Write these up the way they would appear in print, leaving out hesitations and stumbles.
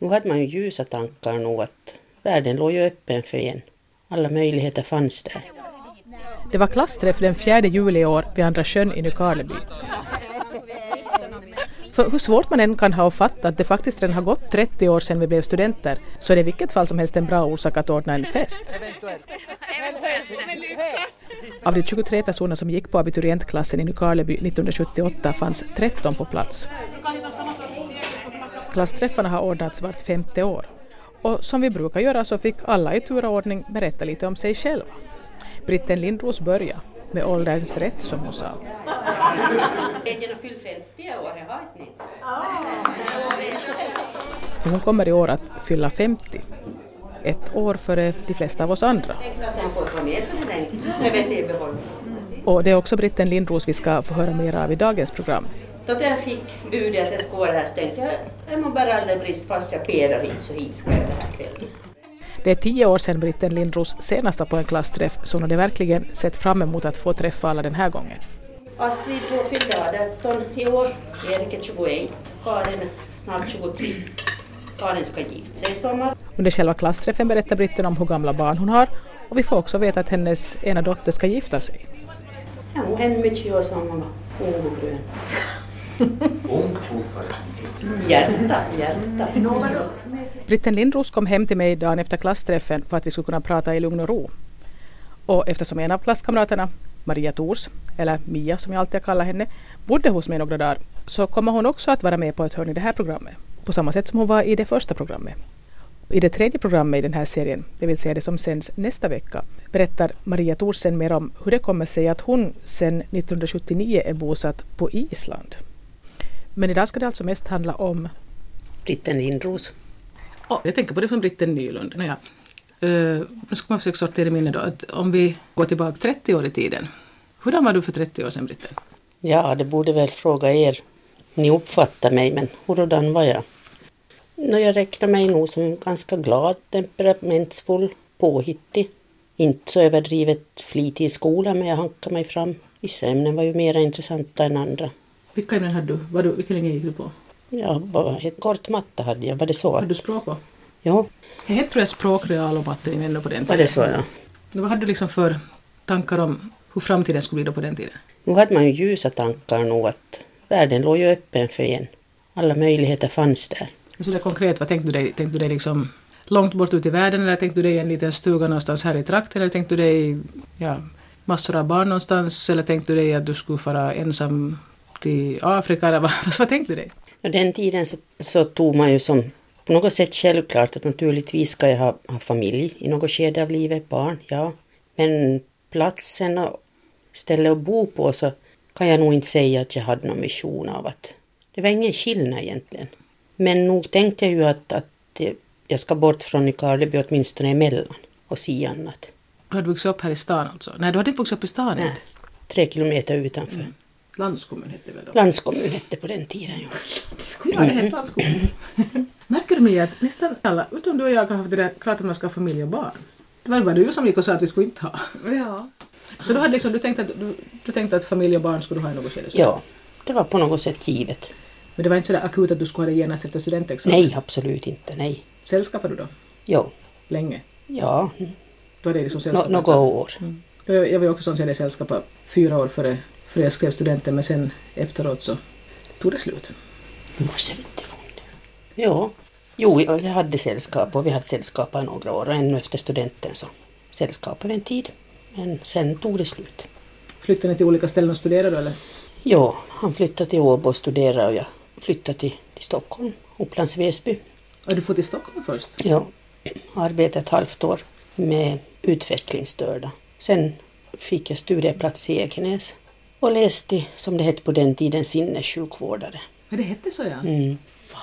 Nu hade man ju ljusa tankar nog att världen låg ju öppen för en. Alla möjligheter fanns där. Det var klassträff den 4 juli i år vid Andra sjön i Nykarleby. För hur svårt man än kan ha att fatta att det faktiskt redan har gått 30 år sedan vi blev studenter, så är det i vilket fall som helst en bra orsak att ordna en fest. Av de 23 personer som gick på abiturientklassen i Nykarleby 1978 fanns 13 på plats. Klassträffarna har ordnats vart 5:e år. Och som vi brukar göra så fick alla i turordning berätta lite om sig själva. Britten Lindros började med ålderns rätt, som hon sa. För hon kommer i år att fylla 50. Ett år före de flesta av oss andra. Och det är också Britten Lindros vi ska få höra mer av i dagens program. Då jag fick budet att jag skulle vara här så tänkte jag må bara aldrig brist fast jag pedar hit så hit ska jag det här kvällen. Det är 10 år sedan Britten Lindros senast på en klassträff, så hon hade verkligen sett fram emot att få träffa alla den här gången. Astrid då fyllde 18 i år, Erik är 21, Karin snart 23. Karin ska gifta sig i sommar. Under själva klassträffen berättar Britten om hur gamla barn hon har, och vi får också veta att hennes ena dotter ska gifta sig. Ja, hon hände mycket år som hon var ung och grön. Hjärta. Britten Lindros kom hem till mig dagen efter klassträffen för att vi skulle kunna prata i lugn och ro. Och eftersom en av klasskamraterna, Maria Tors, eller Mia som jag alltid kallar henne, bodde hos mig några dagar, så kommer hon också att vara med på ett hörn i det här programmet. På samma sätt som hon var i det första programmet. I det tredje programmet i den här serien, det vill säga det som sänds nästa vecka, berättar Maria Thorsen mer om hur det kommer sig att hon sedan 1979 är bosatt på Island. Men idag ska det alltså mest handla om Britten Lindros. Jag tänker på det från Britten Nylund. Nu ska man försöka sortera minne då. Att om vi går tillbaka 30 år i tiden. Hur var du för 30 år sedan, Britten? Ja, det borde väl fråga er. Ni uppfattar mig, men hurdan var jag? Jag räknar mig nog som ganska glad, temperamentsfull, påhittig. Inte så överdrivet flitig i skolan, men jag hankar mig fram. Vissa ämnen var ju mer intressanta än andra. Vilka ämnen hade du? Vilken länge gick du på? Ja, ett kort matte hade jag. Var det så? Hade du språk på? Ja. Jag heter jag språk, real och matte ändå på den tiden. Var det så, ja. Vad hade du liksom för tankar om hur framtiden skulle bli då på den tiden? Nu hade man ju ljusa tankar nog att världen låg ju öppen för en. Alla möjligheter fanns där. Så det konkret, vad tänkte du dig? Tänkte du dig liksom långt bort ut i världen, eller tänkte du dig en liten stuga någonstans här i trakten, eller tänkte du dig massor av barn någonstans, eller tänkte du dig att du skulle vara ensam till Afrika, eller vad tänkte du dig? Den tiden så tog man ju som på något sätt självklart att naturligtvis ska jag ha familj i något skede av livet, barn, ja. Men platsen och ställe att bo på så kan jag nog inte säga att jag hade någon vision av att det var ingen skillnad egentligen. Men nog tänkte jag ju att jag ska bort från Nykarleby åtminstone emellan och se annat. Du hade vuxit upp här i stan alltså? Nej, du hade inte vuxit upp i stan? Nej, 3 kilometer utanför. Mm. Landskommun hette det väl då? Landskommun hette på den tiden, ja. Ja, det hette landskommun. Märker du mig att nästan alla, utom du och jag, har haft det där klart att man ska ha familj och barn. Det var bara du som gick och sa att vi skulle inte ha. Ja. Så du hade liksom, du tänkte att familj och barn skulle du ha i något skede? Ja, det var på något sätt givet. Men det var inte så där akut att du skulle ha det genast efter studentexamen? Nej, absolut inte, nej. Sällskapade du då? Jo. Länge? Ja. Då är det liksom sällskap? Några år. Mm. Jag var också sån som jag sällskapade 4 år före jag skrev studenten, men sen efteråt så tog det slut. Måste inte få det. Ja. Jo, jag hade sällskap och vi hade sällskap i några år och ännu efter studenten så sällskapade vi en tid. Men sen tog det slut. Flyttade ni till olika ställen och studerade då, eller? Ja, han flyttade till Åbo och studerade och jag flyttade till Stockholm, Upplands Väsby. Och du får till Stockholm först? Ja, arbetade ett halvt år med utvecklingsstörda. Sen fick jag studieplats i Ekenäs och läste, som det hette på den tiden, sinnessjukvårdare. Ja, det hette så, ja. Mm.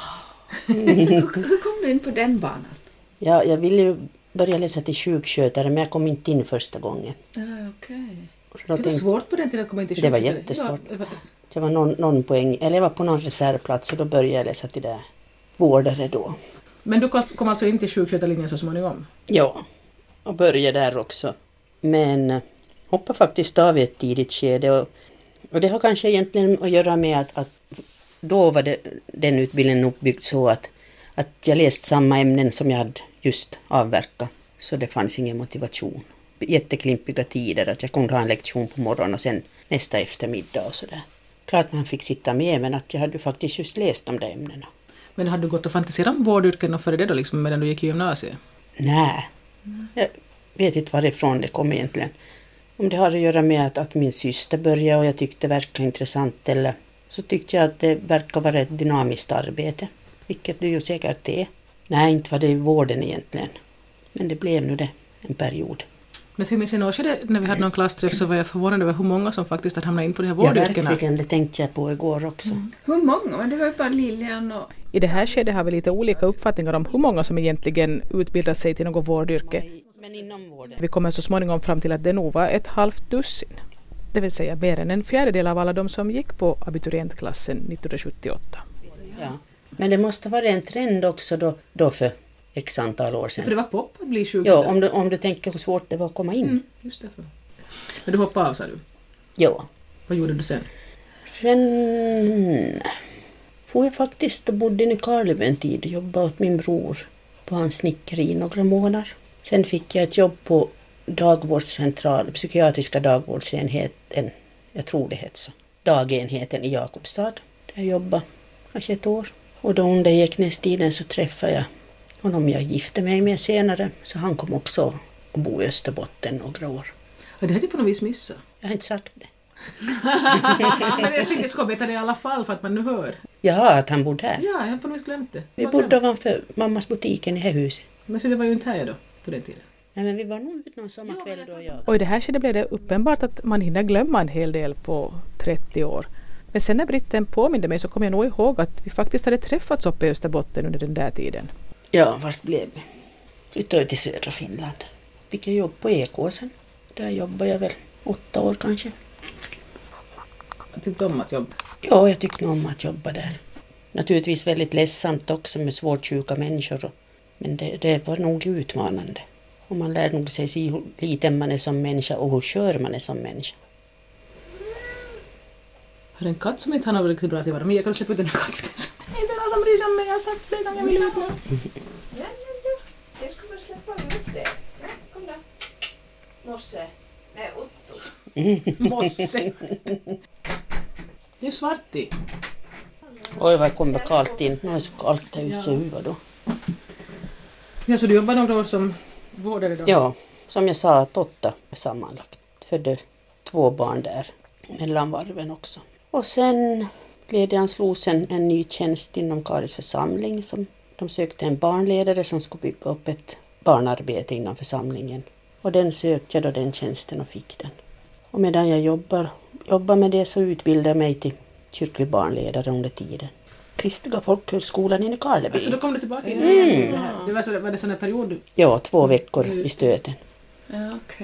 Hur kom du in på den banan? Ja, jag ville ju börja läsa till sjukskötare, men jag kom inte in första gången. Ja, okej. Det var svårt på den tiden att komma in till sjukskötare. sjukskötare. Det var jättesvårt. Det var någon poäng, eller jag var på någon reservplats och då började jag läsa till det vårdare då. Men du kom alltså in till sjukskötarlinjen så småningom? Ja, och började där också. Men hoppade faktiskt av i ett tidigt skede och det har kanske egentligen att göra med att då var den utbildningen uppbyggd så att att jag läst samma ämnen som jag hade just avverkat. Så det fanns ingen motivation. Jätteklimpiga tider, att jag kunde ha en lektion på morgonen och sen nästa eftermiddag och sådär. Klart man fick sitta med, men att jag hade faktiskt just läst de där ämnena. Men hade du gått och fantiserat om vårdyrken och före det då liksom medan du gick i gymnasiet? Nej, jag vet inte varifrån det kom egentligen. Om det har att göra med att min syster började och jag tyckte det verkade intressant, eller så tyckte jag att det verkar vara ett dynamiskt arbete, vilket det ju säkert är. Nej, inte var det i vården egentligen, men det blev nu det en period. Men för mig sen när vi hade någon klassträff så var jag förvånad över hur många som faktiskt hade hamnat in på de här vårdyrkena. Ja, verkligen, det tänkte jag på igår också. Hur många? Men det var ju bara Lilian och... I det här skedet har vi lite olika uppfattningar om hur många som egentligen utbildar sig till något vårdyrke. Men inom vården. Vi kommer så småningom fram till att det nog var ett halvt dussin. Det vill säga mer än en fjärdedel av alla de som gick på abiturientklassen 1978. Ja. Men det måste vara en trend också då för x antal år sedan. För det var pop att bli sjuk. Ja, om du tänker hur svårt det var att komma in. Just därför. Men du hoppade av, sa du? Ja. Vad gjorde du sen? Sen får jag faktiskt och bodde i Nykarleby en tid och jobbade åt min bror på hans snickeri några månader. Sen fick jag ett jobb på psykiatriska dagvårdsenheten, jag tror det heter så, dagenheten i Jakobstad. Där jag jobbade kanske ett år. Och då under Eknästiden så träffade jag honom jag gifte mig med senare. Så han kom också och bo i Österbotten några år. Ja, det hade du på något vis missat. Jag har inte sagt det. Men jag tänkte ska veta det i alla fall för att man nu hör. Ja, att han bodde här. Ja, jag har på något vis glömt det. Vi bodde ovanför mammas butiken i det här huset. Men så det var ju inte här då på den tiden. Nej, men vi var nog ute någon sommarkväll då och jag. Och i det här skedet blev det uppenbart att man hinner glömma en hel del på 30 år. Men sen när Britten påminde mig så kom jag nog ihåg att vi faktiskt hade träffats uppe i Österbotten under den där tiden. Ja, vart blev vi? Flyttade till södra Finland. Fick jag jobb på Ekåsen. Där jobbade jag väl 8 år kanske. Jag tyckte om att jobba. Ja, jag tyckte om att jobba där. Naturligtvis väldigt ledsamt också med svårt sjuka människor. Men det var nog utmanande. Och man lär nog sig hur liten man är som människa och hur kör man är som människa. Har en katt som inte har varit riktigt bra till att vara med? Jag kan släppa ut den här katten. Inte någon som bryr sig om mig. Jag har sagt flera gånger jag vill ut nu. Ja. Jag skulle bara släppa ut det. Nej, kom då. Mosse. Nej, Otto. Mosse. Det är svart i. Oj, vad kommer kallt in. Nu är det så kallt där ute i huvudet då. Ja, så du jobbar några år som vårdare då? Ja, som jag sa, 8 sammanlagt. Födde 2 barn där. Mellan varven också. Och sen ledde han slås en ny tjänst inom Karis församling. Som de sökte en barnledare som skulle bygga upp ett barnarbete inom församlingen. Och den sökte jag då den tjänsten och fick den. Och medan jag jobbar med det så utbildade jag mig till kyrklig barnledare under tiden. Kristiga folkhögskolan i Nykarleby. Alltså då kom du tillbaka in det här. Var det sån här period? Ja, 2 veckor i stöten. Ja, okej.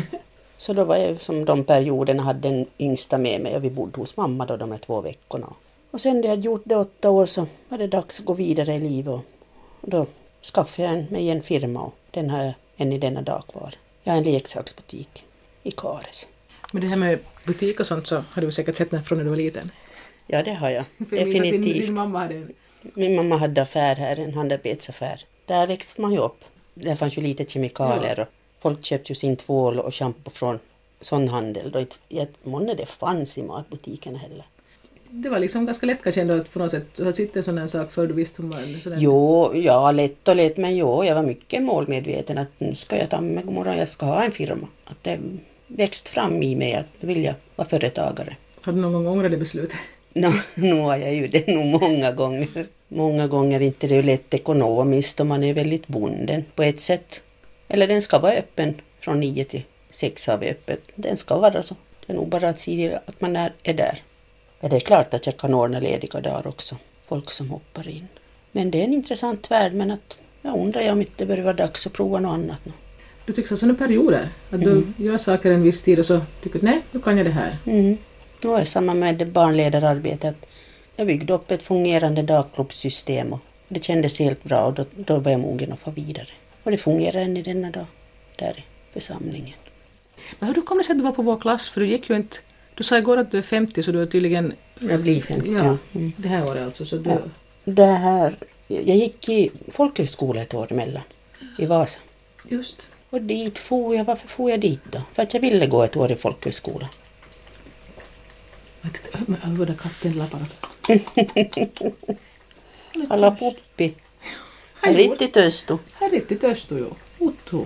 Så då var jag som de perioderna hade den yngsta med mig och vi bodde hos mamma då de här 2 veckorna. Och sen när jag hade gjort det 8 år så var det dags att gå vidare i livet och då skaffade jag mig en firma och den har jag än i denna dag kvar. Jag har en leksaksbutik i Kares. Men det här med butik och sånt så har du säkert sett den från när du var liten. Ja, det har jag. För Definitivt. Din mamma hade en... Min mamma hade affär här, en handarbetsaffär. Där växte man ju upp. Där fanns ju lite kemikalier och folk köpte ju sin tvål och shampoo från sån handel. Då månne det fanns i matbutikerna heller. Det var liksom ganska lätt kanske ändå att på något sätt att sitta en sån här sak för du visste hur man... Sådär. Jo, ja, lätt och lätt, men jag var mycket målmedveten att nu ska jag ta mig godmorgon, jag ska ha en firma. Att det växt fram i mig att nu vill jag vara företagare. Har du någon gång ångrat det beslutet? Nu har jag ju det nog många gånger. Många gånger inte det är lätt ekonomiskt och man är väldigt bunden på ett sätt. Eller den ska vara öppen från 9 till 6 har vi öppet. Den ska vara så. Det är nog bara att se att man är där. Men det är klart att jag kan ordna lediga dagar också. Folk som hoppar in. Men det är en intressant värld, men att jag undrar om inte det börjar vara dags att prova något annat nu. Du tycker sådana perioder? Att du gör saker en viss tid och så tycker du nej, nu kan jag det här. Det var samma med barnledararbetet. Jag byggde upp ett fungerande dagklubbssystem och det kändes helt bra och då var jag mogen att få vidare. Och det fungerar än i denna dag, där i församlingen. Men hur kom det sig att du var på vår klass? För du gick ju inte... Du sa igår att du är 50 så du är tydligen... Jag blir 50, ja. Det här året alltså. Så du... Ja. Det här Jag gick i folkhögskola ett år emellan i Vasa. Just. Och dit for jag. Varför for jag dit då? För att jag ville gå ett år i folkhögskola. Hur var katten lappar alltså? Alla puppi. Riktigt östu. Här riktigt östu jo. Otto.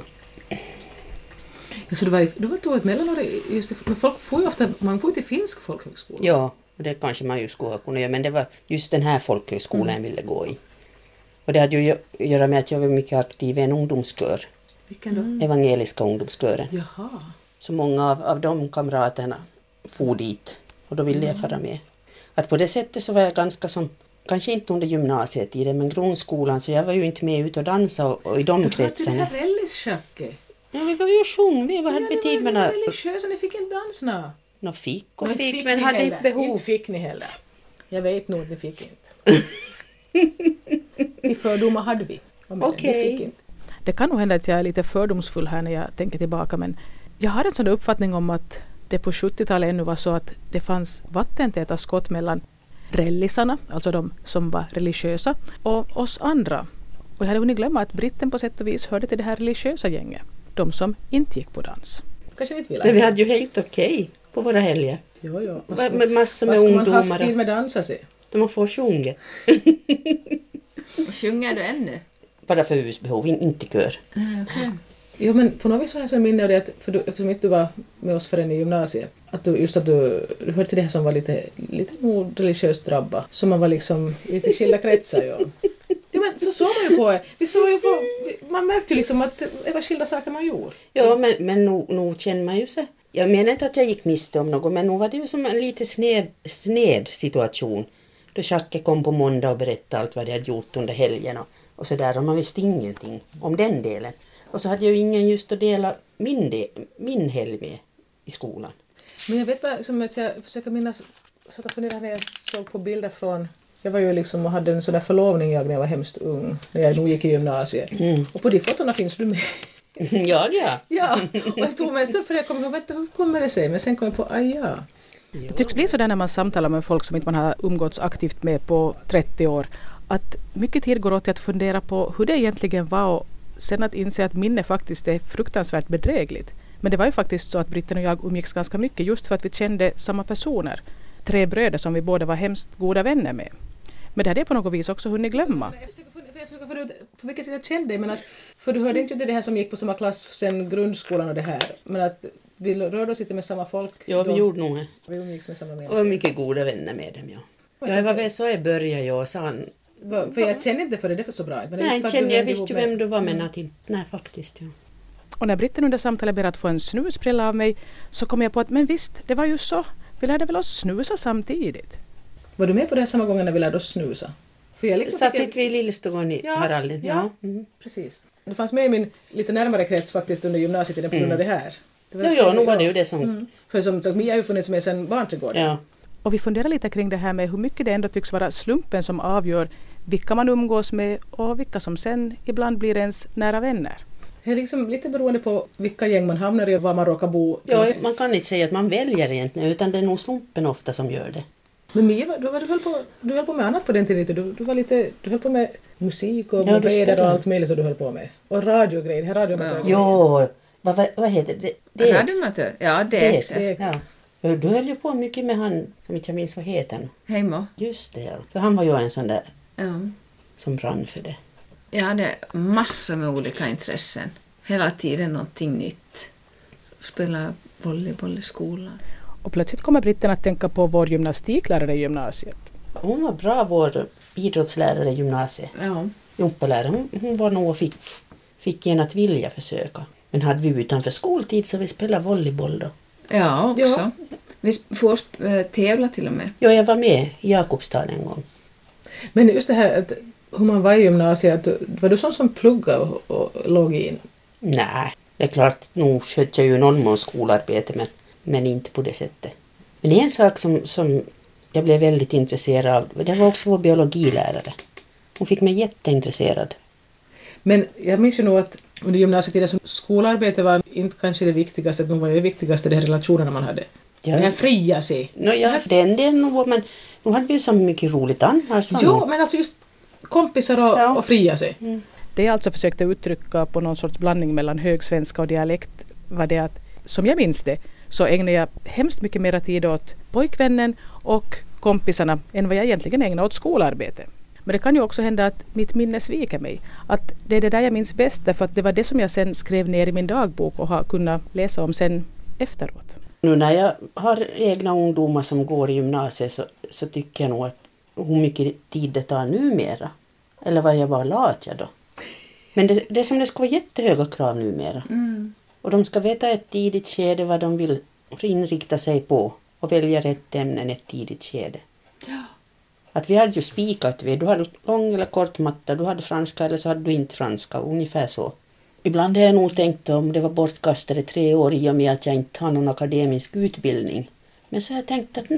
Så du var ett mellanår just det, folk får ju ofta, man får till finsk folkhögskola. Ja, och det kanske man ju skulle ha kunnat göra. Men det var just den här folkhögskolan jag ville gå i. Och det hade ju att göra med att jag var mycket aktiv i en ungdomskör. Vilken då? Evangeliska ungdomskören. Jaha. Så många av de kamraterna for dit. Och då ville jag fara med. Att på det sättet så var jag ganska som, kanske inte under gymnasietiden, men grundskolan. Så jag var ju inte med ut och dansa och i de kretsarna. Det här rällischacket. Ja, vi var ju sjung. Vi hade betid med det var religiösa, ni fick inte dansa. Nå fick och fick, men hade inte behov. Inte fick ni heller. Jag vet nog att ni fick inte. De fördomar hade vi. Okej. Det kan nog hända att jag är lite fördomsfull här när jag tänker tillbaka, men jag har en sån uppfattning om att det på 70-talet ännu var så att det fanns vattentäta skott mellan rellisarna, alltså de som var religiösa, och oss andra. Och jag hade hunnit glömma att britten på sätt och vis hörde till det här religiösa gänget. De som inte gick på dans. Kanske inte vill. Men vi hade ju helt okej på våra helger. Jo. Med massor med ungdomar. Man har tid med dansa sig. De får sjunga. Sjunger du ännu? Bara för husbehov, inte kör. Okay. Jo, men på något vis har jag så minne av det att, för eftersom inte du var med oss förrän i gymnasiet, att du hörde till det här som var lite nog religiöst drabba. Så man var liksom lite skilda kretsar. Ja. Ja, men så såg man ju på man märkte ju liksom att det var skilda saker man gjorde. Ja, men nog känner man ju sig. Jag menar inte att jag gick miste om något, men nog var det ju som en lite sned situation. Då Jacke kom på måndag och berättade allt vad de hade gjort under helgen och så där, och man visste ingenting om den delen. Och så hade jag ju ingen just att dela min helg med i skolan. Men jag vet bara, som att jag försöker minnas, så att fundera när jag såg på bilder från, jag var ju liksom och hade en sån där förlovning när jag var hemskt ung, när jag nog gick i gymnasiet. Mm. Och på de fotona finns du med. Ja. Ja, och jag tog mig en stund för jag kom ihåg, hur kommer det sig? Men sen kom jag på, ja. Det tycks bli så där när man samtalar med folk som inte man har umgåtts aktivt med på 30 år, att mycket tid går åt till att fundera på hur det egentligen var och sen att inse att minne faktiskt är fruktansvärt bedrägligt. Men det var ju faktiskt så att Britten och jag umgicks ganska mycket just för att vi kände samma personer. 3 bröder som vi båda var hemskt goda vänner med. Men det hade jag på något vis också hunnit glömma. Jag försöker fundera på vilket sätt jag kände, men att, för du hörde inte det här som gick på samma klass sen grundskolan och det här. Men att vi rörde oss inte med samma folk. Ja, vi gjorde nog det. Vi umgicks med samma människor. Och var mycket goda vänner med dem, ja. Jag var väl så jag började ju och sa. För jag kände inte för det så bra. Men nej, jag visste ju vem du var, men att inte, nej faktiskt, ja. Och när Britten under samtalet ber att få en snusprilla av mig, så kom jag på att, men visst, det var ju så. Vi lärde väl oss snusa samtidigt. Var du med på det samma gång när vi lärde oss snusa? För jag liksom satt inte vi i Lillestugan i Haralden? Ja. Precis. Det fanns med i min lite närmare krets faktiskt under gymnasietiden på grund av det här. Ja, nog var det ju det som... För som sagt, Mia har ju funnits med sedan barnträdgården. Ja. Och vi funderar lite kring det här med hur mycket det ändå tycks vara slumpen som avgör vilka man umgås med och vilka som sen ibland blir ens nära vänner. Det är liksom lite beroende på vilka gäng man hamnar i och var man råkar bo. Ja, man kan inte säga att man väljer egentligen, utan det är nog slumpen ofta som gör det. Men Mia, du höll på med annat på den tiden. Du höll på med musik och mopeder och allt möjligt som du höll på med. Och radiogrejer, radioamatör. Ja, vad heter det? Radioamatör? Ja, DX. Ja. Du höll ju på mycket med han, som inte jag minns vad heter han. Heimo. Just det, ja. För han var ju en sån där som brann för det. Jag hade massor med olika intressen. Hela tiden någonting nytt. Spela volleyboll i skolan. Och plötsligt kommer Britten att tänka på vår gymnastiklärare i gymnasiet. Hon var bra, vår idrottslärare i gymnasiet. Ja. Jumpalärare. Hon var nog och fick en att vilja försöka. Men hade vi utanför skoltid så vi spelade volleyboll då. Ja, också. Ja. Vi får tävla till och med. Ja, jag var med i Jakobstad en gång. Men just det här att hur man var i gymnasiet, var du sån som pluggade och låg in? Nej, det är klart, nog skötte jag ju någon skolarbete, men inte på det sättet. Men en sak som jag blev väldigt intresserad av, det var också vår biologilärare. Hon fick mig jätteintresserad. Men jag minns ju nog att under gymnasietiden som skolarbete var inte kanske det viktigaste, utan var det viktigaste de här relationerna man hade. Ja. Det här fria sig. Ja, den nog, men nu hade vi ju så mycket roligt annars. Ja, men alltså just kompisar och fria sig. Det jag alltså försökte uttrycka på någon sorts blandning mellan högsvenska och dialekt var det att, som jag minns det, så ägnar jag hemskt mycket mer tid åt pojkvännen och kompisarna än vad jag egentligen ägnar åt skolarbete. Men det kan ju också hända att mitt minne sviker mig. Att det är det där jag minns bäst, därför att det var det som jag sen skrev ner i min dagbok och har kunnat läsa om sen efteråt. Nu när jag har egna ungdomar som går i gymnasiet så tycker jag nog att hur mycket tid det tar numera. Eller vad jag var lat jag då. Men det är som det ska vara jättehöga krav numera. Och de ska veta ett tidigt skede vad de vill inrikta sig på och välja rätt ämnen ett tidigt skede. Ja. Att vi hade ju spikat, du hade lång eller kort matta, du hade franska eller så hade du inte franska, ungefär så. Ibland har jag nog tänkt om det var bortkastade 3 år i och med att jag inte har någon akademisk utbildning. Men så har jag tänkt att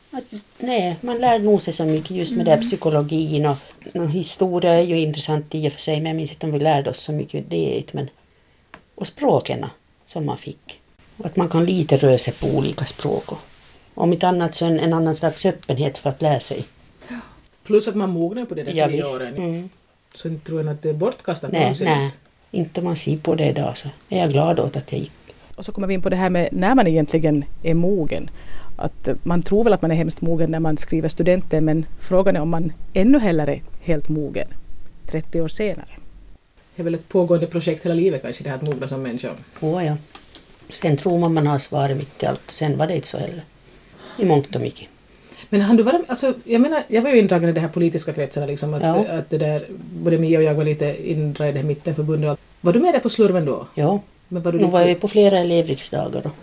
nej, man lär nog sig så mycket just med det här psykologin och historia är ju intressant i och för sig, men jag minns inte om vi lärde oss så mycket det. Men, och språken som man fick. Och att man kan lite röra sig på olika språk. Och om inte annat så en annan slags öppenhet för att lära sig. Plus att man mognar på det där 3 åren. Så inte tror jag att det är bortkastat. Nej, inte om man ser på det idag så är jag glad åt att jag gick. Och så kommer vi in på det här med när man egentligen är mogen. Att man tror väl att man är hemskt mogen när man skriver studenter, men frågan är om man ännu heller är helt mogen 30 år senare. Det är väl ett pågående projekt hela livet kanske, det här att mogna som människa. Ja. Sen tror man har svaret mitt i allt och sen var det inte så heller. I mångt och mycket. Men han du var, alltså, jag var ju indragen i de här politiska kretsarna liksom, att det där, både Mia och jag var lite indragna i det här mittenförbundet. Var du med där på slurven då? Ja, men var du nu var vi på flera elevriksdagar då.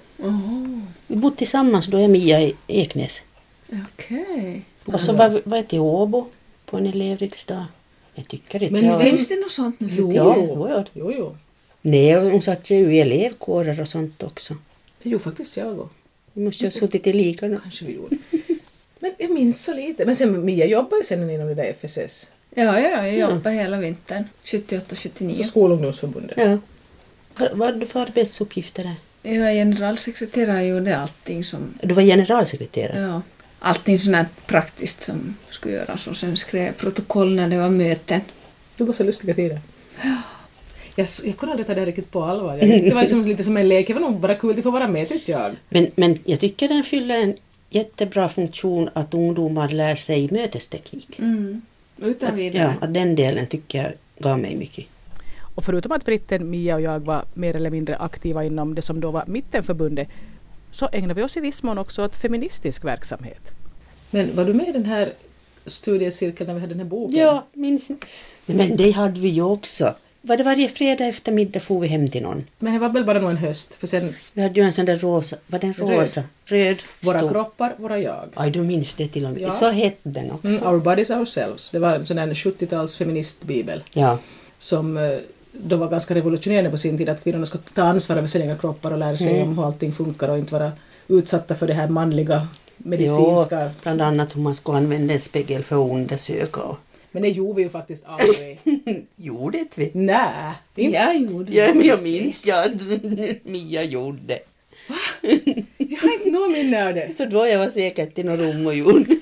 Vi bodde tillsammans då, jag Mia i Eknäs. Okej. Och så var jag till Åbo på en elevriksdag. Jag tycker inte. Men finns det något sånt nu för tiden? Jo. Nej, hon satt ju i elevkårer och sånt också. Det gjorde faktiskt jag då. Vi måste ju ha suttit i ligan. Kanske vi gjorde. Men jag minns så lite. Men sen Mia jobbar ju sen inom det där FSS. Ja, jag jobbade hela vintern. 78-79. Så skolungdomsförbundet. Ja. Vad hade du för arbetsuppgifter där? Jag var generalsekreterare och gjorde allting som... Du var generalsekreterare? Ja. Allting sånt här praktiskt som skulle göras. Och sen skrev jag protokoll när det var möten. Det var så lustiga tider. Ja. Jag kunde aldrig ta det riktigt på allvar. Det var liksom lite som en lek. Det var nog bara kul att få vara med, tyckte jag. Men jag tycker den fyller en jättebra funktion att ungdomar lär sig mötesteknik. Utan vidare. Ja, att den delen tycker jag gav mig mycket. Och förutom att Britten, Mia och jag var mer eller mindre aktiva inom det som då var Mittenförbundet, så ägnade vi oss i viss mån också åt feministisk verksamhet. Men var du med i den här studiecirkeln när vi hade den här boken? Ja, minns. Men det hade vi ju också. Var det varje fredag eftermiddag får vi hem till någon? Men det var väl bara nog en höst. För sen... Vi hade ju en sån där rosa. Var den rosa? Röd. Våra kroppar, våra jag. Aj, du minns det till och med. Ja. Så hette den också. Our bodies, ourselves. Det var en sån där 70-tals feministbibel. Ja. Som då var ganska revolutionerande på sin tid. Att kvinnorna ska ta ansvar över sina egna kroppar och lära sig om hur allting funkar och inte vara utsatta för det här manliga medicinska... Jo, bland annat hur man ska använda en spegel för att undersöka. Men det gjorde vi ju faktiskt aldrig. Gjorde det vi? Nej. Jag gjorde det. Ja, men jag minns att Mia gjorde det. Va? Jag har inte någon minne av det. Så då jag var säkert i något rum och gjorde.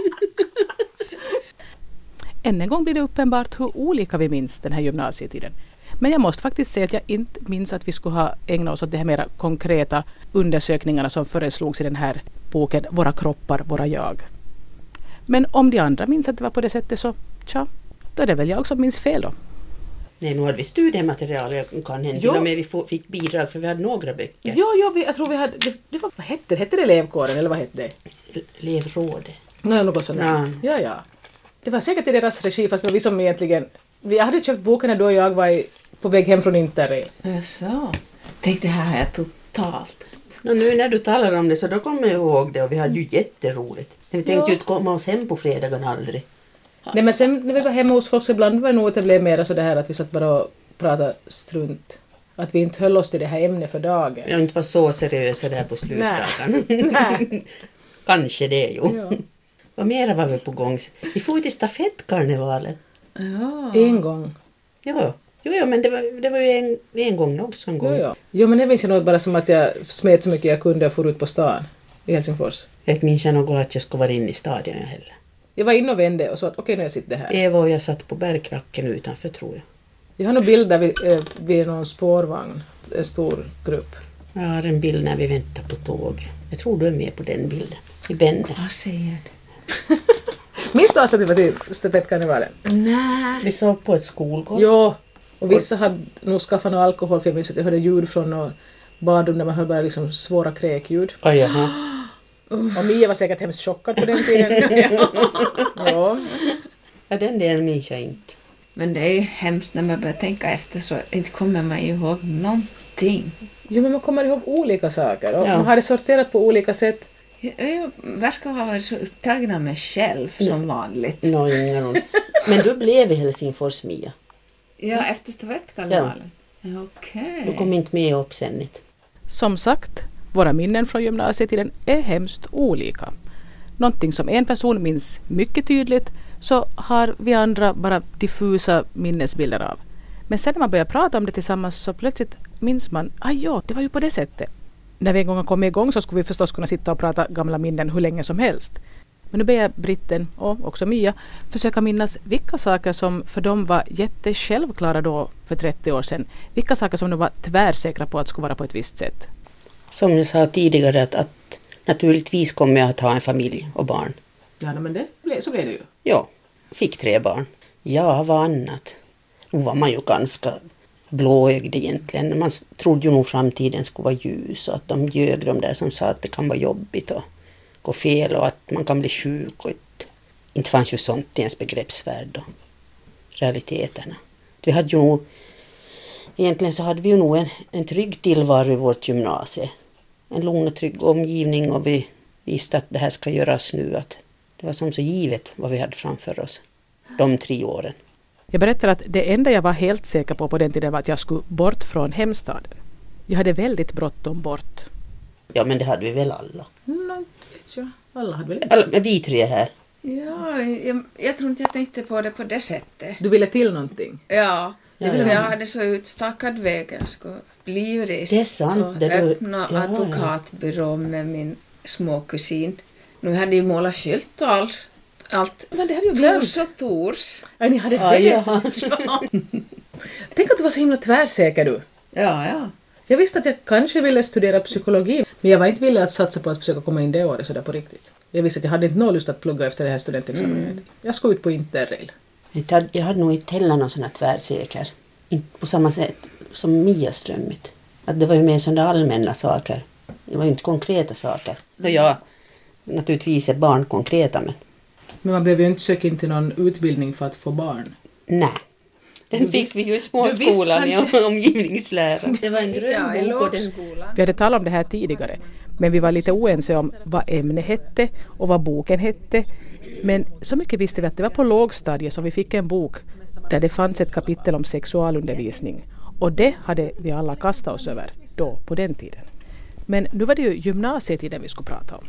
Än en gång blir det uppenbart hur olika vi minns den här gymnasietiden. Men jag måste faktiskt säga att jag inte minns att vi skulle ha ägnat oss åt de här mera konkreta undersökningarna som föreslogs i den här boken Våra kroppar, våra jag. Men om de andra minns att det var på det sättet så, då är det väl jag som minns fel då. Nej, nu hade vi studiematerial. Jag kan hända till och med vi fick bidrag för vi hade några böcker. Ja, jag tror vi hade, det var, vad hette det? Hette det elevkåren eller vad hette det? Elevrådet. Något sånt. Ja. Det var säkert i deras regi, fast det var vi som egentligen... Jag hade köpt boken då jag var på väg hem från Interrail. Så. Tänk, det här har jag totalt. Nu när du talar om det så då kommer jag ihåg det och vi hade ju jätteroligt. Vi tänkte ju inte komma oss hem på fredagen aldrig. Nej, men sen när vi var hemma hos folk så ibland var det nog att det blev mer så det här att vi satt bara och pratade strunt. Att vi inte höll oss till det här ämnet för dagen. Jag inte var så seriösa där på slutdagen. Nej. Kanske det ju. Ja. Vad mera var vi på gång? Vi får till stafettkarnevalen. Ja. En gång. Jo, men det var ju en gång också en gång. Jo, men det minns jag nog bara som att jag smet så mycket jag kunde och for ut på stan i Helsingfors. Jag minns jag nog att jag skulle vara inne i stadion heller. Jag var inne och vände och sa att okej, nu har jag sitter här. Eva och jag satt på bergklacken utanför, tror jag. Jag har nog bild där vi är någon spårvagn, en stor grupp. Jag har en bild när vi väntar på tåg. Jag tror du är med på den bilden. I Bennes. Vad säger du? Minns du alltså att vi var till stafettkarnevalen? Nej. Vi såg på ett skolgård. Ja, och vissa hade nog skaffat någon alkohol, för jag minns att jag hörde ljud från något badrum där man hörde bara liksom svåra kräkljud. Oh, jaha. Och Mia var säkert hemskt chockad på den tiden. Ja. Ja, den delen minns jag inte. Men det är ju hemskt när man börjar tänka efter, så inte kommer man ihåg någonting. Jo, men man kommer ihåg olika saker och Ja. man hade sorterat på olika sätt. Jag verkar ha varit så upptagen av mig själv som vanligt. Ingen roll. Men du blev i Helsingfors, Mia. Ja, efter stafettkarnevalen. Ja. Okej. Du kom inte med i uppsändet. Som sagt, våra minnen från gymnasietiden är hemskt olika. Någonting som en person minns mycket tydligt, så har vi andra bara diffusa minnesbilder av. Men sen när man börjar prata om det tillsammans, så plötsligt minns man, ja, det var ju på det sättet. När vi en gång har kommit igång så skulle vi förstås kunna sitta och prata gamla minnen hur länge som helst. Men nu ber jag Britten och också Mia försöka minnas vilka saker som för dem var jättesjälvklara då för 30 år sedan. Vilka saker som de var tvärsäkra på att skulle vara på ett visst sätt. Som jag sa tidigare att naturligtvis kommer jag att ha en familj och barn. Ja, men så blev det ju. Ja, fick 3 barn. Ja, vad annat. Nu var man ju ganska blåögd egentligen. Man trodde ju nog framtiden skulle vara ljus och att de ljög de där som sa att det kan vara jobbigt och gå fel och att man kan bli sjuk. Och inte fanns ju sånt i ens begreppsvärld och realiteterna. Vi hade ju nog, egentligen så hade vi ju nog en trygg tillvaro i vårt gymnasie. En lugn och trygg omgivning och vi visste att det här ska göras nu. Att det var som så givet vad vi hade framför oss de 3 åren. Jag berättar att det enda jag var helt säker på den tiden var att jag skulle bort från hemstaden. Jag hade väldigt bråttom bort. Ja, men det hade vi väl alla. Alla hade väl Alla, vi 3 här. Ja, jag tror inte jag tänkte på det på det sättet. Du ville till någonting. Ja, Ja, för ja. jag hade så utstakad väg. Jag skulle bli jurist Det är sant, och det du- öppna ja, advokatbyrå med min småkusin. Nu hade ju målat skylt och allt. Men det hade jag glömt. Tors och tors. Ja, ni hade Ja, det. ja. Tänk att du var så himla tvärsäker du. Ja. Jag visste att jag kanske ville studera psykologi, men jag var inte villig att satsa på att försöka komma in det året sådär på riktigt. Jag visste att jag hade inte någon lust att plugga efter det här studentexamen. Jag skulle ut på Interrail. Jag hade nog inte heller någon sån här tvärsäker. Inte på samma sätt som Mia Strömmit. Att det var ju mer sådana allmänna saker. Det var ju inte konkreta saker. Och ja, naturligtvis är barn konkreta, Men man behöver ju inte söka in till någon utbildning för att få barn. nej. Den Du fick visst- vi ju i du småskolan visst i omgivningslära. Det var en Ja, i drömbok och den... lågskolan. Vi hade talat om det här tidigare, men vi var lite oense om vad ämnet hette och vad boken hette. Men så mycket visste vi att det var på lågstadiet som vi fick en bok där det fanns ett kapitel om sexualundervisning. Och det hade vi alla kastat oss över då, på den tiden. Men nu var det ju gymnasietiden vi skulle prata om.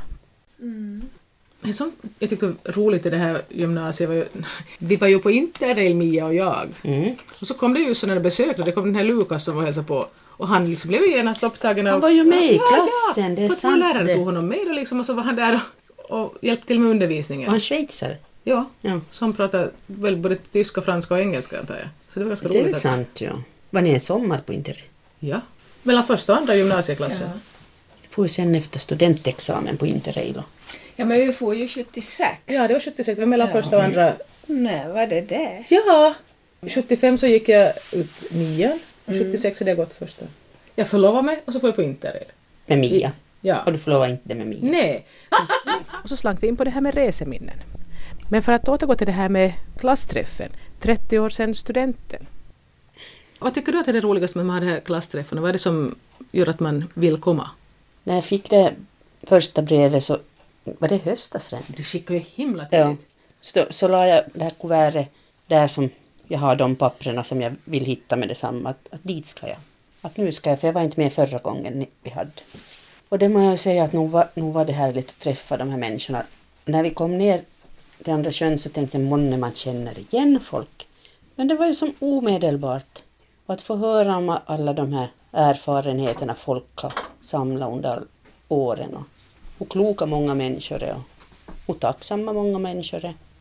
Men som jag tyckte var roligt i det här gymnasiet var ju, vi var ju på Interrail, Mia och jag. Och så kom det ju sådana besök och det kom den här Lukas som var hälsa på. Och han liksom blev ju genast upptagen av... Han var ju med i klassen, det är för att vår sant lärare det. tog honom med och, liksom, och så var han där och hjälpte till med undervisningen. Var han schweizare? Ja, Ja. som pratade väl både tyska, franska och engelska antar jag. Så det var ganska Det är roligt. väl sant, ja. Var ni en sommar på Interrail? Ja, mellan första och andra gymnasieklassen. Får ju sen efter studentexamen på Interrail. Ja, men vi får ju 76. Ja, det var 76, det var mellan första och andra. Nej, var det det? Ja, 75 så gick jag ut 9 och 76 hade jag gått första. Jag förlovade mig och så får jag på Interrail. Med Mia. Ja. Och du förlovar inte med Mia. Nej. Och så slank vi in på det här med reseminnen. Men för att återgå till det här med klassträffen, 30 år sedan studenten. Vad tycker du att är det roligaste med de här klassträffarna? Vad är det som gör att man vill komma? När jag fick det första brevet så var det höstas redan. Det skickar ju himla Ja. tidigt. Så la jag det här kuvertet där som jag har de papperna som jag vill hitta med detsamma. Att dit ska jag. Att nu ska jag, för jag var inte med förra gången vi hade. Och det må jag säga att nog var det härligt att träffa de här människorna. När vi kom ner till andra sjön så tänkte jag månne man känner igen folk. Men det var ju som omedelbart. Och att få höra om alla de här erfarenheterna folk har samlat under åren. Och kloka många människor är. Och tacksamma många människor är.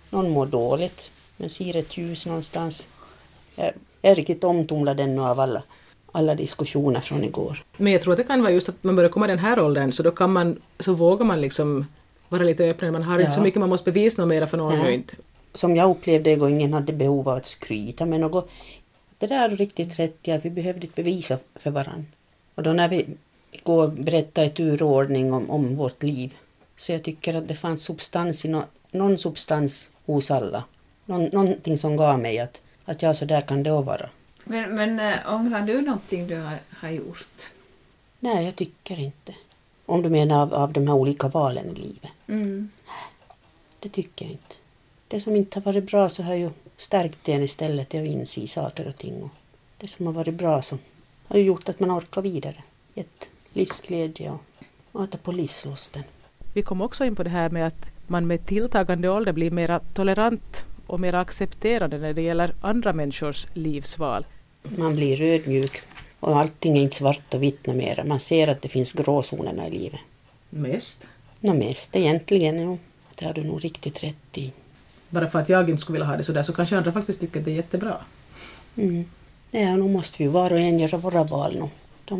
Någon mår dåligt, men ser ett ljus någonstans. Jag är riktigt omtumlad ännu av alla diskussioner från igår. Men jag tror att det kan vara just att man börjar komma i den här åldern, så då så vågar man liksom vara lite öppen. Man har inte så mycket man måste bevisa något mer för någon nu inte. Som jag upplevde igår, ingen hade behov av att skryta med något. Det där är riktigt rätt i att vi behövde inte bevisa för varandra. Och då när vi igår berättade ett urordning om vårt liv, så jag tycker att det fanns substans i någon substans hos alla. Någonting som gav mig att jag så där kan det vara. Men ångrar du någonting du har gjort? Nej, jag tycker inte. Om du menar av de här olika valen i livet. Mm. Det tycker jag inte. Det som inte har varit bra så har ju stärkt en istället till att inse i saker och ting. Och det som har varit bra så har ju gjort att man orkar vidare. Gett livsglädje och att på livslusten. Vi kom också in på det här med att man med tilltagande ålder blir mer tolerant och mer accepterande när det gäller andra människors livsval. Man blir ödmjuk och allting är inte svart och vitt mera. Man ser att det finns gråzonerna i livet. Mest? Mest egentligen, jo. Det har du nog riktigt rätt i. Bara för att jag inte skulle vilja ha det sådär så kanske andra faktiskt tycker att det är jättebra. Mm. Ja, nu måste vi var och en göra våra val nu.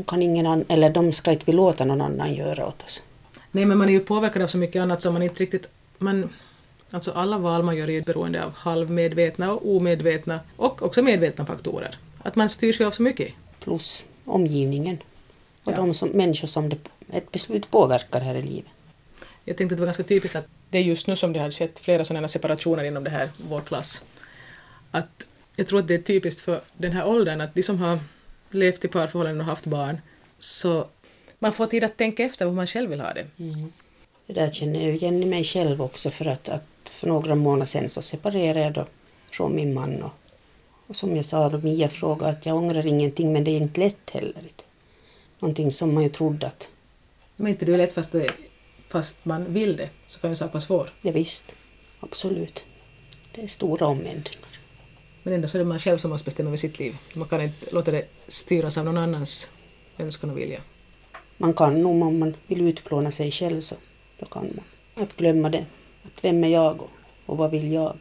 De ska inte vi låta någon annan göra åt oss. Nej, men man är ju påverkad av så mycket annat som man inte riktigt... Alltså alla val man gör är beroende av halvmedvetna och omedvetna och också medvetna faktorer. Att man styrs ju av så mycket. Plus omgivningen och människor som ett beslut påverkar här i livet. Jag tänkte att det var ganska typiskt att det är just nu som det har skett flera sådana separationer inom det här, vår klass. Att jag tror att det är typiskt för den här åldern att de som har levt i parförhållanden och haft barn, så man får tid att tänka efter vad man själv vill ha det. Mm. Det där känner jag igen i mig själv också, för att för några månader sedan så separerade jag då från min man. Och som jag sa då, Mia frågade att jag ångrar ingenting, men det är inte lätt heller. Någonting som man ju trodde att... Men inte det är lätt fast man vill det, så kan ju saker vara svår. Ja, visst, absolut. Det är stora omändringar. Men ändå så är det man själv som måste bestämma över sitt liv. Man kan inte låta det styras av någon annans önskan och vilja. Man kan nog, om man vill utplåna sig själv, så då kan man. Att glömma det. Att vem är jag och vad vill jag?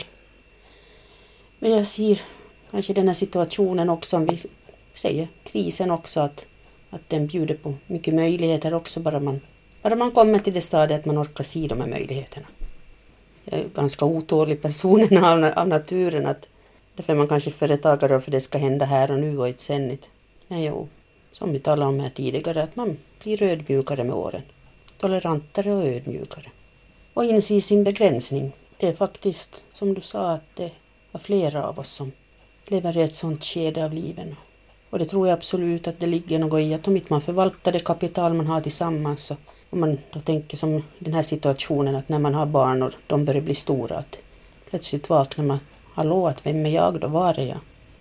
Men jag ser kanske den här situationen också, om vi säger krisen också, att den bjuder på mycket möjligheter också, bara man kommer till det stadiet att man orkar se de här möjligheterna. Jag är ganska otålig person av naturen, att därför är man kanske företagare för det ska hända här och nu och inte sen. Men jo, som vi talade om här tidigare, att man blir ödmjukare med åren. Tolerantare och ödmjukare. Och inse sin begränsning. Det är faktiskt, som du sa, att det var flera av oss som lever i ett sånt skede av livet. Och det tror jag absolut att det ligger något i, att om inte man förvaltar det kapital man har tillsammans, så om man då tänker som den här situationen, att när man har barn och de börjar bli stora, att plötsligt vaknar man, hallå, att vem är jag då, var är jag?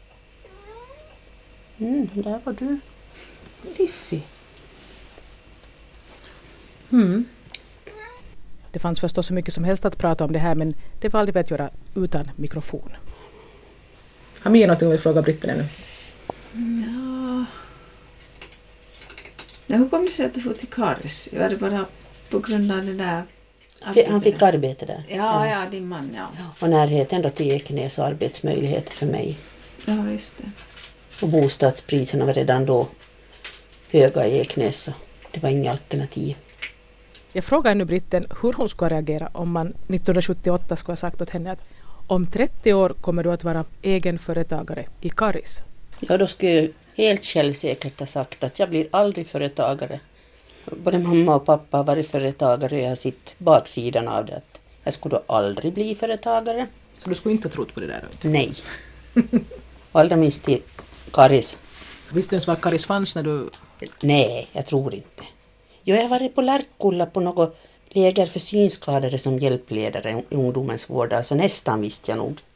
Där var du. Liffi. Det fanns förstås så mycket som helst att prata om det här, men det var aldrig att göra utan mikrofon. Har Mia något att vill fråga Britten ännu? Ja. Hur kom det sig att du får till Karis? Var det bara på grund av det där? Han fick arbete där. Ja, din man, ja. Och närheten då till Ekenäs och arbetsmöjligheter för mig. Ja, just det. Och bostadspriserna var redan då höga i Ekenäs, så det var inga alternativ. Jag frågar nu Britten hur hon ska reagera om man 1978 skulle ha sagt åt henne att om 30 år kommer du att vara egenföretagare i Karis. Ja, då skulle jag helt självsäkert ha sagt att jag blir aldrig företagare. Både mamma och pappa har varit företagare och jag har sett baksidan av det. Att jag skulle då aldrig bli företagare. Så du skulle inte ha trott på det där? Då? Nej. Allra minst till Karis. Visste du ens vad Karis fanns när du... Nej, jag tror inte. Jag har varit på Lärkulla på något läger för synskadade som hjälpledare i ungdomens vård, så nästan visste jag nog.